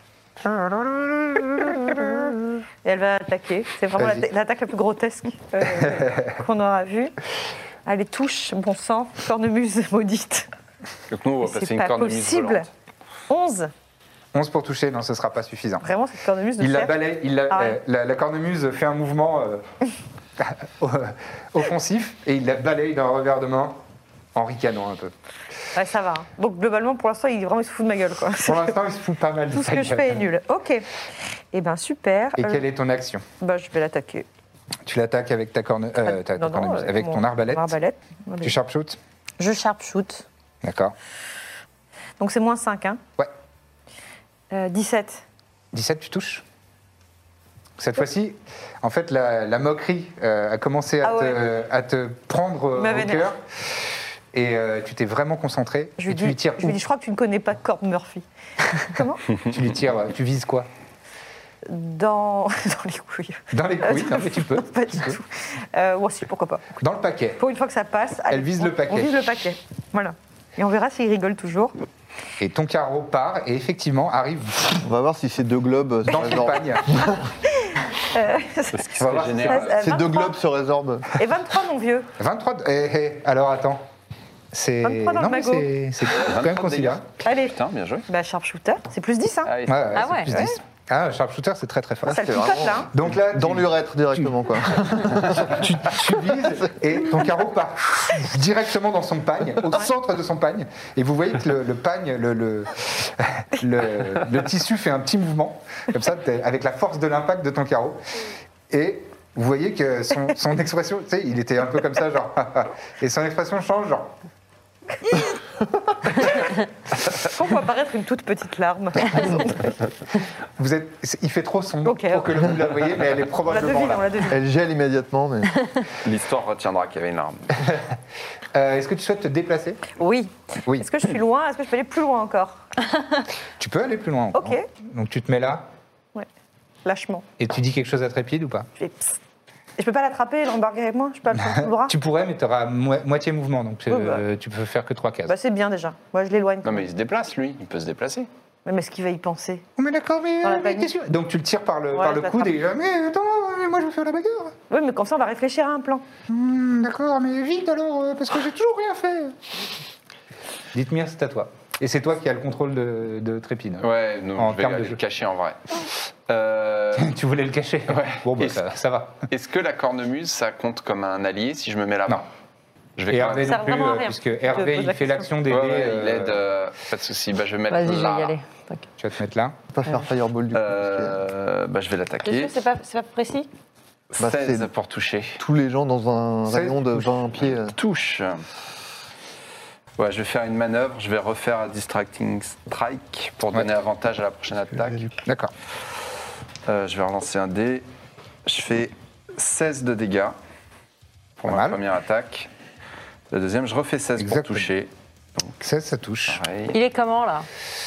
Et elle va attaquer. C'est vraiment Vas-y. l'atta- l'attaque la plus grotesque euh, qu'on aura vue. Allez, touche, bon sang, cornemuse maudite. Donc nous, on va passer C'est une pas cornemuse possible. volante. onze. onze pour toucher, non, ce sera pas suffisant. Vraiment, cette cornemuse de Il la fer. balaye, il la, Ah ouais. la, la cornemuse fait un mouvement euh, offensif et il la balaye d'un revers de main en ricanant un peu. Ouais, ça va. hein. Donc, globalement, pour l'instant, il, vraiment, il se fout de ma gueule. Quoi. Pour l'instant, il se fout pas mal de Tout ce ta que je gueule. fais est nul. Ok. Eh ben super. Et Euh, quelle est ton action? bah, je vais l'attaquer. Tu l'attaques avec ta, corne, euh, ta- ta Non, non, cornemuse, avec mon- ton arbalète. mon arbalète. Tu sharpshoot. Je sharpshoot. D'accord. Donc, c'est moins cinq, hein Ouais. Euh, dix-sept. dix-sept, tu touches. Cette fois-ci, en fait, la, la moquerie euh, a commencé à, Ah te, ouais. à te prendre euh, Il m'a au vénère. cœur. Et euh, tu t'es vraiment concentré. Je lui et tu lui dis, tires je lui où dis, je crois que tu ne connais pas Corb Murphy. Comment? Tu lui tires, euh, tu vises quoi? Dans... dans les couilles. Dans les couilles, non, mais tu peux. Pas du tout. Euh, ouais, si, pourquoi pas. Dans le paquet. Pour une fois que ça passe, Elle allez, vise on- le paquet. On vise le paquet. Voilà. Et on verra s'il rigole toujours. Et ton carreau part et effectivement arrive On va voir si ces deux globes se dans ton résorbent. pagne. Euh, Ce qui On va serait voir si génial. euh, Ces deux vingt-trois. globes se résorbent. Et vingt-trois, mon vieux. vingt-trois. Eh, eh, alors attends. C'est. vingt-trois dans Non, le mais magot. c'est c'est quand même considérable. Allez. Putain, bien joué. Bah, sharpshooter, c'est plus dix, hein. Allez. Ouais, ouais, Ah c'est ouais, plus ouais. dix. Ah, sharpshooter, c'est très très fort. Ça le c'est picote, vraiment- là. hein. Donc là, Dans tu- l'urètre directement, quoi. tu, tu vises et ton carreau part directement dans son pagne, au centre de son pagne. Et vous voyez que le, le pagne, le, le, le, le tissu fait un petit mouvement, comme ça, t'es- avec la force de l'impact de ton carreau. Et vous voyez que son, son expression, tu sais, il était un peu comme ça, genre. Et son expression change, genre. On voit apparaître une toute petite larme. Vous êtes, il fait trop sombre Ok. pour que vous la voyez, mais elle est On la probablement devine, là. on la devine. Elle gèle immédiatement, mais L'histoire retiendra qu'il y avait une larme. Euh, Est-ce que tu souhaites te déplacer? Oui. Oui. Est-ce que je suis loin? Est-ce que je peux aller plus loin encore? Tu peux aller plus loin encore. Ok. Donc tu te mets là Ouais. Lâchement. et tu dis quelque chose à Trépide ou pas? Je fais psst. Et je peux pas l'attraper et l'embarquer avec moi? Je peux pas le prendre sous le bras? Tu pourrais, mais tu auras moitié mouvement, donc Ouais, euh, tu peux faire que trois cases. Bah, c'est bien déjà. Moi, je l'éloigne. Non, mais il se déplace, lui. Il peut se déplacer. Mais est-ce qu'il va y penser? Oh, mais d'accord, mais, Dans la euh, mais panique. qu'est-ce que- donc tu le tires par le, Ouais, par je le l'attrape. coude et il dit, mais attends, mais moi je veux faire la bagarre. Oui, mais comme ça, on va réfléchir à un plan. Hmm, d'accord, mais vite alors, euh, parce que j'ai toujours rien fait. Dites-moi, c'est à toi. Et c'est toi qui as le contrôle de, de Trépide. Ouais, non, En je vais termes de aller jeu. le cacher en vrai. Euh, Tu voulais le cacher? Ouais. Bon, bah, Et- ça, ça va. Est-ce que la cornemuse, ça compte comme un allié si je me mets là-bas? Non. Je vais Et quand Hervé même... Ça non sert plus, vraiment à euh, rien. puisque Je Hervé, pose la il fait question. l'action Ouais, d'aider. ouais, euh, il aide, euh, pas de souci. Bah, je vais mettre Vas-y, je là. vais y aller. T'inquiète. Tu vas te mettre là. pas faire Fireball du coup. parce Euh, bah, je vais T'es l'attaquer. sûr, c'est pas, c'est pas précis? Bah, seize c'est- pour toucher. que tous les gens dans un seize rayon de touches. vingt pieds. euh, Touche. Ouais, je vais faire une manœuvre, je vais refaire un Distracting Strike pour donner Ouais. avantage à la prochaine attaque. D'accord. Euh, je vais relancer un dé. Je fais seize de dégâts pour Pas ma mal. première attaque. La deuxième, je refais seize Exactement. pour toucher. seize, ça touche. Pareil. Il est comment là?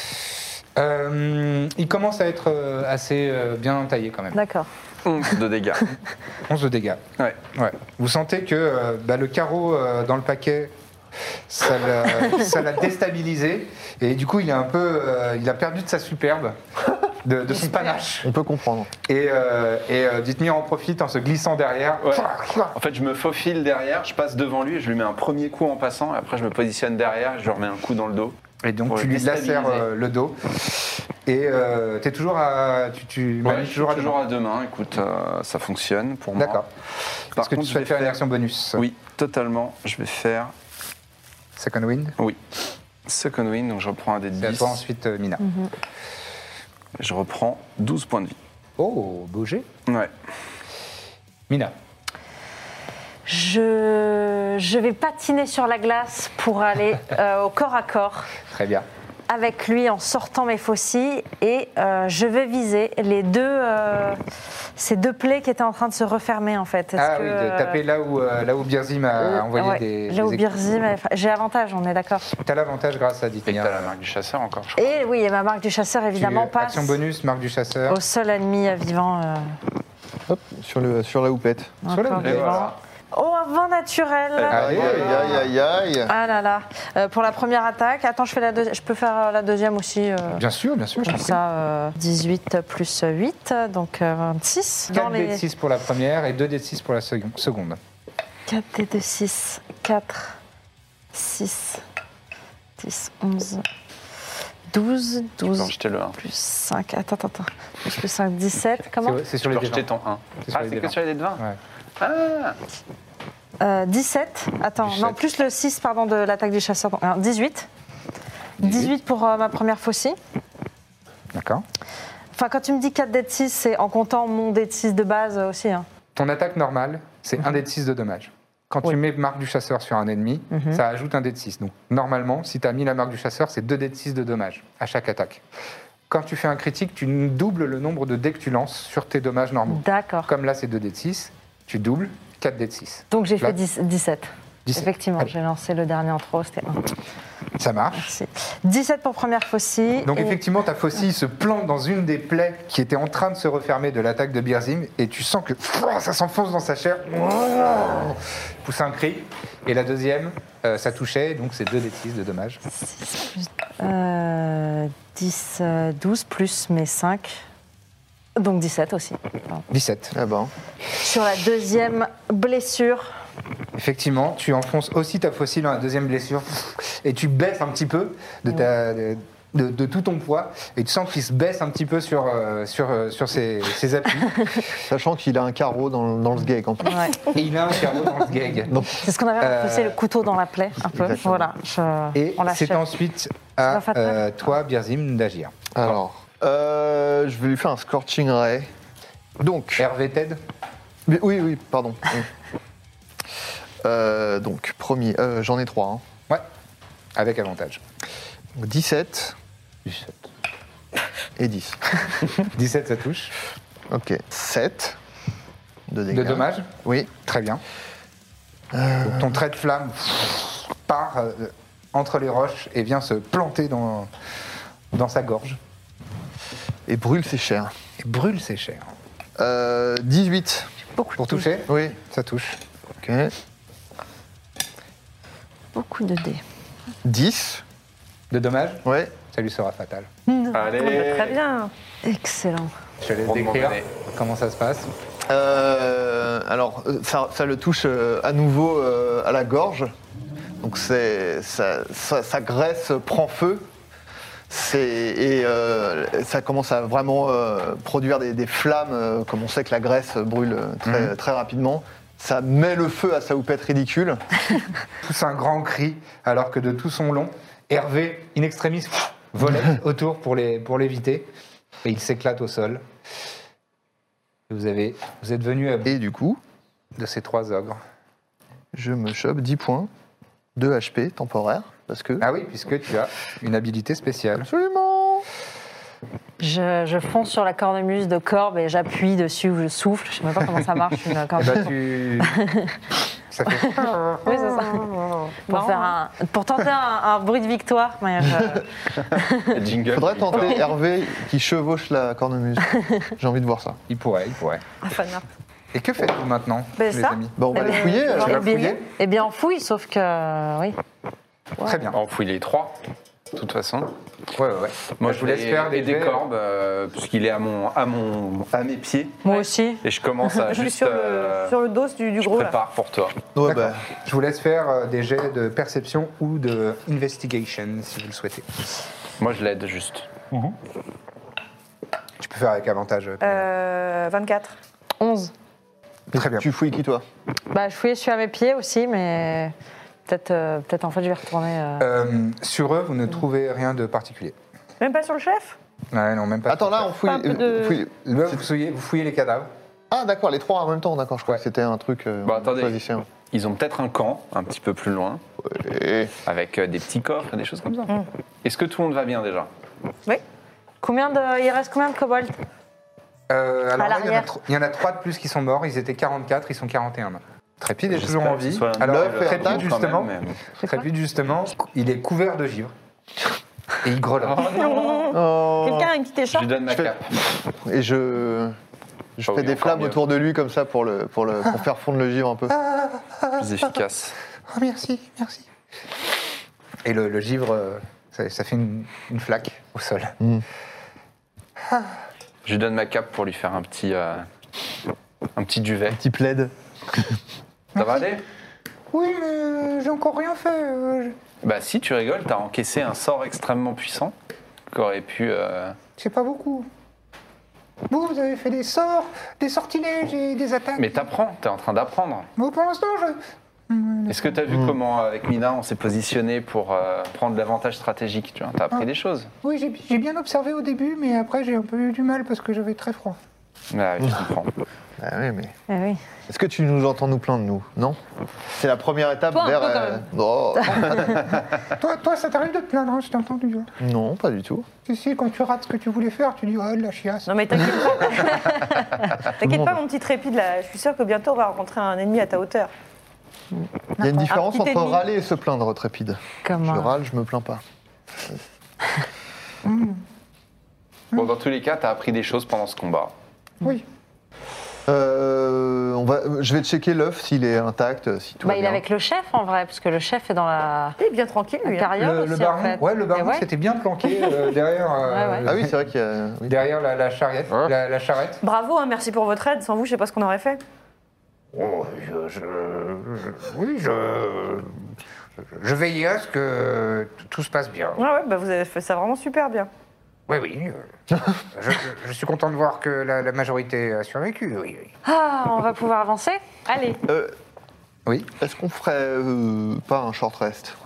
Euh, il commence à être euh, assez euh, bien taillé quand même. D'accord. onze de dégâts. onze de dégâts. Ouais. Ouais. Vous sentez que euh, bah, le carreau euh, dans le paquet, ça l'a, ça l'a déstabilisé. Et du coup, il, est un peu, euh, il a perdu de sa superbe, de, de son panache. On peut comprendre. Et, euh, et euh, Dithmir en profite en se glissant derrière. Ouais. En fait, je me faufile derrière, je passe devant lui et je lui mets un premier coup en passant. Et après, je me positionne derrière et je lui remets un coup dans le dos. Et donc, Pour tu le lui lacères déstabiliser. euh, le dos. Et euh, tu es toujours à. Tu, tu Ouais, manies je suis toujours à toujours deux à deux mains. Écoute, euh, ça fonctionne pour mains. moi. D'accord. Par Est-ce que contre, tu je vais souhaites faire une faire- action bonus? Oui, totalement. Je vais faire Second wind. oui. Second wind, donc je reprends un dé de C'est à dix. toi ensuite, euh, Mina. Je reprends douze points de vie. Oh, beau jet. Ouais. Mina. Je, je vais patiner sur la glace pour aller euh, au corps à corps Très bien. avec lui en sortant mes faucilles et euh, je vais viser les deux, euh, ces deux plaies qui étaient en train de se refermer en fait. Est-ce Ah que, oui, de taper là où, euh, là où Birzim a euh, envoyé ouais, des. là où des Birzim avait- J'ai avantage, on est d'accord. Tu as l'avantage grâce à Et que Dithmir. t'as la marque du chasseur encore, je crois. Et oui, et ma marque du chasseur évidemment Tu- passe Action bonus, marque du chasseur. au seul ennemi vivant. euh, Hop, sur, le, sur la houppette. Sur la encore houppette. Et vivant. voilà. Oh, un vent naturel. Allez, Aïe, aïe, aïe, aïe, aïe. Ah là là. Euh, pour la première attaque, attends, je fais la deuxi- je peux faire euh, la deuxième aussi. euh, Bien sûr, bien sûr, je t'en Comme prie. ça, euh, dix-huit plus huit, donc euh, vingt-six. Dans quatre dés de les six pour la première et deux dés de six pour la second- seconde. quatre dés de six, quatre, six, dix, onze, douze, Tu peux douze rejeter le un. plus cinq. Attends, attends, attends. douze plus cinq, dix-sept. Comment C'est- C'est Tu sur les peux dés rejeter vingt. ton un. C'est sur Ah, les c'est dés que vingt. sur les dés de vingt Ouais. Ah euh, dix-sept. Attends, dix-sept. non, plus le six, pardon, de l'attaque du chasseur. Donc, alors, dix-huit. dix-huit pour euh, ma première faucille. D'accord. Enfin, quand tu me dis quatre dés de six, c'est en comptant mon dé de six de base euh, aussi. Hein. Ton attaque normale, c'est un dé de six de dommage. Quand tu Oui. mets marque du chasseur sur un ennemi, Mhm. ça ajoute un dé de six. Donc, normalement, si tu as mis la marque du chasseur, c'est deux dés de six de dommage à chaque attaque. Quand tu fais un critique, tu doubles le nombre de dés que tu lances sur tes dommages normaux. D'accord. Comme là, c'est deux dés de six, tu doubles quatre dés de six. Donc j'ai Là. fait dix- dix-sept. dix-sept. Effectivement, Allez. j'ai lancé le dernier en trop, c'était un. Ça marche. Merci. dix-sept pour première faucille. Donc et- effectivement, ta faucille se plante dans une des plaies qui était en train de se refermer de l'attaque de Birzim et tu sens que pfff, ça s'enfonce dans sa chair. Pousse un cri. Et la deuxième, euh, ça touchait, donc c'est deux dés de six de dommage. Euh, dix, euh, douze plus mes cinq. Donc dix-sept aussi. Pardon. dix-sept. Ah ben. Sur la deuxième blessure. Effectivement, tu enfonces aussi ta faucille dans la deuxième blessure et tu baisses un petit peu de, ta, de, de- de tout ton poids et tu sens qu'il se baisse un petit peu sur, euh, sur, euh, sur ses, ses appuis. Sachant qu'il a un carreau dans, dans le sgeg en plus. Ouais. Et il a un carreau dans le gag. C'est ce qu'on avait Euh, appelé le couteau dans la plaie, un peu. exactement. Voilà. je- Et on c'est l'achève. ensuite à va faire euh, toi, Birzim, d'agir. Alors, euh, je vais lui faire un Scorching Ray. Donc, Hervé Ted. mais- oui, oui, pardon. Oui. Euh, donc, premier, euh, j'en ai trois. Hein. Ouais, avec avantage. Donc, dix-sept dix-sept. et dix. dix-sept, ça touche. Ok. sept de dégâts. De dommage. Oui. Très bien. Donc, ton trait de flamme part euh, entre les roches et vient se planter dans, dans sa gorge Et brûle ses chairs. et brûle ses chairs. Euh, dix-huit. Pour toucher, Oui. ça touche. Ok. Beaucoup de dés. dix. De dommage, Ouais. ça lui sera fatal. Allez. Très bien. Excellent. Je te laisse Rondement décrire donné. comment ça se passe. Euh, alors, euh, ça, ça le touche euh, à nouveau euh, à la gorge. Donc, c'est, ça, ça- sa graisse prend feu. C'est, et euh, ça commence à vraiment euh, produire des, des flammes, euh, comme on sait que la graisse brûle très, Mhm. très rapidement. Ça met le feu à sa houppette ridicule. Pousse un grand cri alors que de tout son long, Hervé, in extremis, volait autour pour, les, pour l'éviter. Et il s'éclate au sol. Et vous, avez, vous êtes venu à bout Et du coup, de ces trois ogres. je me chope dix points de H P temporaire. parce que... Ah oui, puisque tu as une habilité spéciale. Absolument. Je, je fonce sur la cornemuse de Corbe et j'appuie dessus ou je souffle. Je sais même pas comment ça marche une Eh cornemuse. ben, tu... ça fait... Oui, c'est ça. Pour, faire un, pour tenter un, un bruit de victoire. Mais je- Jingle. Faudrait tenter Hervé qui chevauche la cornemuse. J'ai envie de voir ça. Il pourrait, il pourrait. Ah, fan art. Et que faites-vous maintenant, Ben, les ça. amis? Bon, on va Eh aller ben, fouiller. je alors. Tu vas vais bien. fouiller Eh bien, on fouille, sauf que. Oui. Très bien. On fouille les trois, de toute façon. Ouais, ouais, ouais. Moi, je vous laisse faire des des jets. corbes, euh, puisqu'il est à, mon, à, mon, à mes pieds. Moi Ouais. aussi. Et je commence à Je suis juste. sur le, euh, sur le dos du, du je gros là. prépare pour toi. Ouais, D'accord. bah, Je vous laisse faire euh, des jets de perception ou de investigation, si vous le souhaitez. Moi, je l'aide juste. Tu peux faire avec avantage. euh, Euh, vingt-quatre. onze. Très bien. tu fouilles qui, toi? Bah, je fouillais, je suis à mes pieds aussi, mais peut-être euh, peut en fait, je vais retourner. euh. Euh, sur eux, vous ne trouvez rien de particulier. Même pas sur le chef? Ouais, non, même pas. Attends, là, on fouille... Pas un peu de- euh, fouille- Là, vous fouillez, vous fouillez les cadavres. Ah, d'accord, les trois en même temps, d'accord. Je crois Ouais. que c'était un truc... Euh, Bon, attendez. choisissez un. Ils ont peut-être un camp un petit peu plus loin, Et... avec euh, des petits coffres et des choses comme ça. Mm. Est-ce que tout le monde va bien déjà? Oui. Combien de. Il reste combien de kobolds? Euh, alors À là, il y, en a l'arrière. tro- il y en a trois de plus qui sont morts. Ils étaient quarante-quatre, ils sont quarante et un. Trépide est toujours J'espère en que ce vie. soit un Alors, neuf et un Trépide, tag, quand justement, même, mais- C'est quoi Trépide, justement, il est couvert de givre. Et il grelotte. Oh. Quelqu'un a une petite Je écharpe? lui donne ma Je fais- cape. Et je... Je Oh fais oui, des encore flammes mieux. autour de lui comme ça pour, le, pour, le, pour faire fondre le givre un peu. Plus efficace. Oh, merci, merci. Et le, le givre, euh, ça, ça fait une, une flaque au sol. Je lui donne ma cape pour lui faire un petit, euh, un petit duvet. Petit plaid. Ça va aller? Oui, mais j'ai encore rien fait. euh, je- Bah si, tu rigoles, t'as encaissé un sort extrêmement puissant qui aurait pu... euh, C'est pas beaucoup. Vous, vous avez fait des sorts, des sortilèges et des attaques. Mais t'apprends, t'es en train d'apprendre. Moi, pour l'instant, je... Est-ce que t'as vu comment, euh, avec Mina, on s'est positionné pour euh, prendre l'avantage stratégique, tu vois? T'as appris Ah. des choses. Oui, j'ai j'ai bien observé au début, mais après, j'ai un peu eu du mal parce que j'avais très froid. Ah oui, je comprends. Ah oui, mais... Eh oui. Est-ce que tu nous entends nous plaindre, nous? Non? C'est la première étape Toi, un vers... peu, quand euh, même. oh, Toi, toi, ça t'arrive de te plaindre, hein, je t'ai entendu. hein. non, pas du tout. Si, si, quand tu rates ce que tu voulais faire, tu dis, oh, de la chiasse. Non mais t'inquiète pas. T'inquiète pas mon petit trépide là, je suis sûre que bientôt on va rencontrer un ennemi à ta hauteur. Il y a une différence petit entre ennemi. râler et se plaindre, Trépide. Comme. Je euh, râle, je me plains pas. Bon, dans tous les cas, t'as appris des choses pendant ce combat. Oui. Euh, on va, je vais checker l'œuf s'il est intact, si tout Bah, va il est bien. avec le chef en vrai, parce que le chef est dans la Il est bien tranquille lui. hein. carrière Le, aussi le baron, en fait. ouais, le baron Et ouais. s'était bien planqué euh, derrière, euh, Ouais, ouais. Ah oui, c'est vrai qu'il y a... oui. derrière la, la charrette. Ouais. La, la charrette. Bravo, hein, merci pour votre aide. Sans vous, je sais pas ce qu'on aurait fait. Oh, je, je- je- oui, je, je veillais à ce que tout se passe bien. Ouais, ouais, bah vous avez fait ça vraiment super bien. Oui, oui. euh, je, je- je suis content de voir que la, la majorité a survécu. Oui, oui. Ah, on va pouvoir avancer. Allez, Euh, Oui. Est-ce qu'on ferait euh, pas un short rest?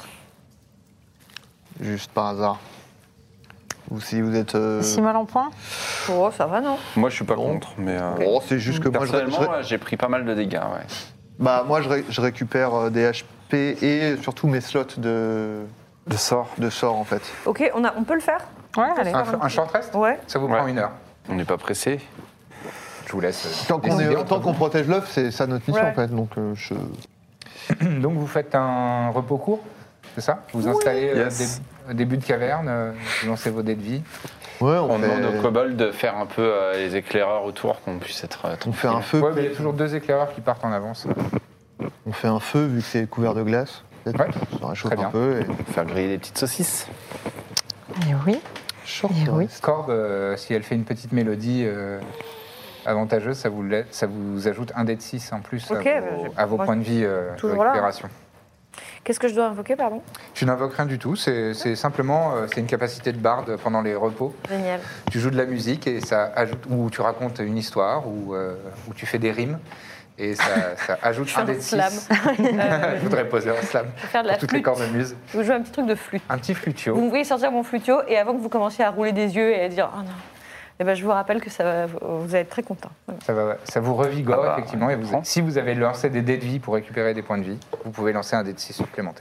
Juste par hasard. Ou si vous êtes... euh, Si mal en point. oh, ça va non? Moi, je suis pas Bon. contre, mais... euh, Oh, c'est juste que moi je, personnellement, je- ouais, j'ai pris pas mal de dégâts, ouais. bah, moi, je, ré- je récupère euh, des H P et surtout mes slots de, De sort. de sort en fait. Ok, on, a, on peut le faire? Ouais, allez. Un, un short rest Ouais. Ça vous Ouais. prend une heure. On n'est pas pressé. Je vous laisse. euh, Tant qu'on décider est- entre tant qu'on vous. protège l'œuf, c'est ça notre mission Ouais. en fait. Donc euh, je... Donc vous faites un repos court, c'est ça? Vous installez euh, Yes. des débuts de caverne, euh, vous lancez vos dés de vie. Ouais, on, On fait, demande aux kobolds de faire un peu euh, les éclaireurs autour, qu'on puisse être euh, on fait un tranquille. feu. Ouais, mais il y a toujours deux éclaireurs qui partent en avance. On fait un feu vu que c'est couvert de glace. peut-être. Ouais. Ça réchauffe Très un bien. peu. Et... Faire griller des petites saucisses. Et oui. Short Eh oui. rest. Corbe, euh, si elle fait une petite mélodie euh, avantageuse, ça vous, lai- ça vous ajoute un dé de six en plus Ok, à bah, vos, je- à vos moi, points de vie euh, de toujours là. récupération. Qu'est-ce que je dois invoquer, pardon? Tu n'invoques rien du tout, c'est c'est simplement euh, c'est une capacité de barde pendant les repos. Génial. Tu joues de la musique et ça ajoute, ou tu racontes une histoire, ou, euh, ou tu fais des rimes, et ça, ça ajoute Je fais un dé un de slam. six. Euh, Je voudrais poser un slam je vais faire de la pour toutes les flûte. cornemuses. Je vais jouer un petit truc de flûte. Un petit flutio. Vous me voyez sortir mon flutio et avant que vous commenciez à rouler des yeux et à dire oh non, eh ben, je vous rappelle que ça va, vous allez être très content. Ça, va, ça vous revigore, Ah bah, effectivement. Et vous- prends. si vous avez lancé des dés de vie pour récupérer des points de vie, vous pouvez lancer un dé de six supplémentaire.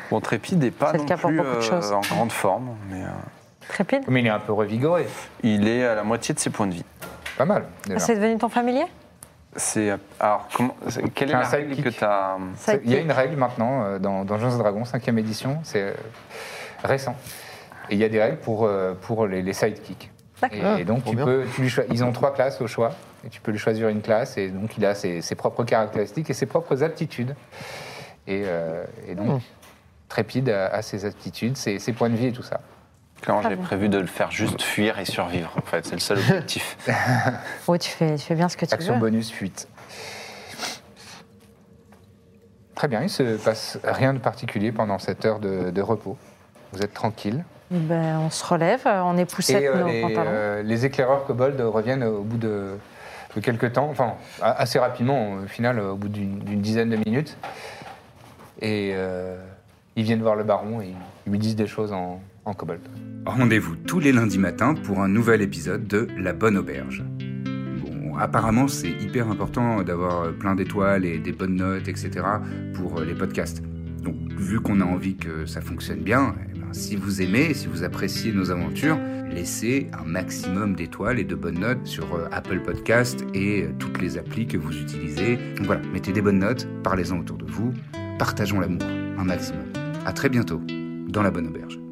Bon, Trépide n'est pas C'est le non cas pour plus beaucoup de choses. en grande forme, mais euh, Trépide. Mais il est un peu revigoré. il est à la moitié de ses points de vie. Pas mal, déjà. C'est devenu ton familier? C'est alors comment c'est- quelle est C'est un la règle sidekick. que tu as C'est- Il y a une règle maintenant euh, dans Donjons et Dragons, cinquième édition, c'est euh, récent. Et il y a des règles pour, euh, pour les, les sidekicks. Et, D'accord. et donc, trop tu bien. peux, tu lui choi- ils ont trois classes au choix, et tu peux lui choisir une classe, et donc il a ses, ses propres caractéristiques et ses propres aptitudes. Et, euh, et donc, Mmh. Trépide a, a ses aptitudes, ses, ses points de vie et tout ça. Clairement, Très j'ai bien. prévu de le faire juste fuir et survivre. En fait, c'est le seul objectif. Oui, tu fais, tu fais bien ce que tu Action veux. bonus, fuite. Très bien, il se passe rien de particulier pendant cette heure de, de repos. Vous êtes tranquille. Ben, on se relève, on époussette Et euh, nos les, pantalons. euh, les éclaireurs kobolds reviennent au bout de, de quelques temps, enfin a- assez rapidement, au final, au bout d'une d'une dizaine de minutes. Et euh, ils viennent voir le baron et ils lui disent des choses en, en kobold. Rendez-vous tous les lundis matins pour un nouvel épisode de La Bonne Auberge. Bon, apparemment, c'est hyper important d'avoir plein d'étoiles et des bonnes notes, et cetera pour les podcasts. Donc, vu qu'on a envie que ça fonctionne bien, eh ben, si vous aimez, si vous appréciez nos aventures, laissez un maximum d'étoiles et de bonnes notes sur euh, Apple Podcast et euh, toutes les applis que vous utilisez. Donc voilà, mettez des bonnes notes, parlez-en autour de vous, partageons l'amour un maximum. À très bientôt dans La Bonne Auberge.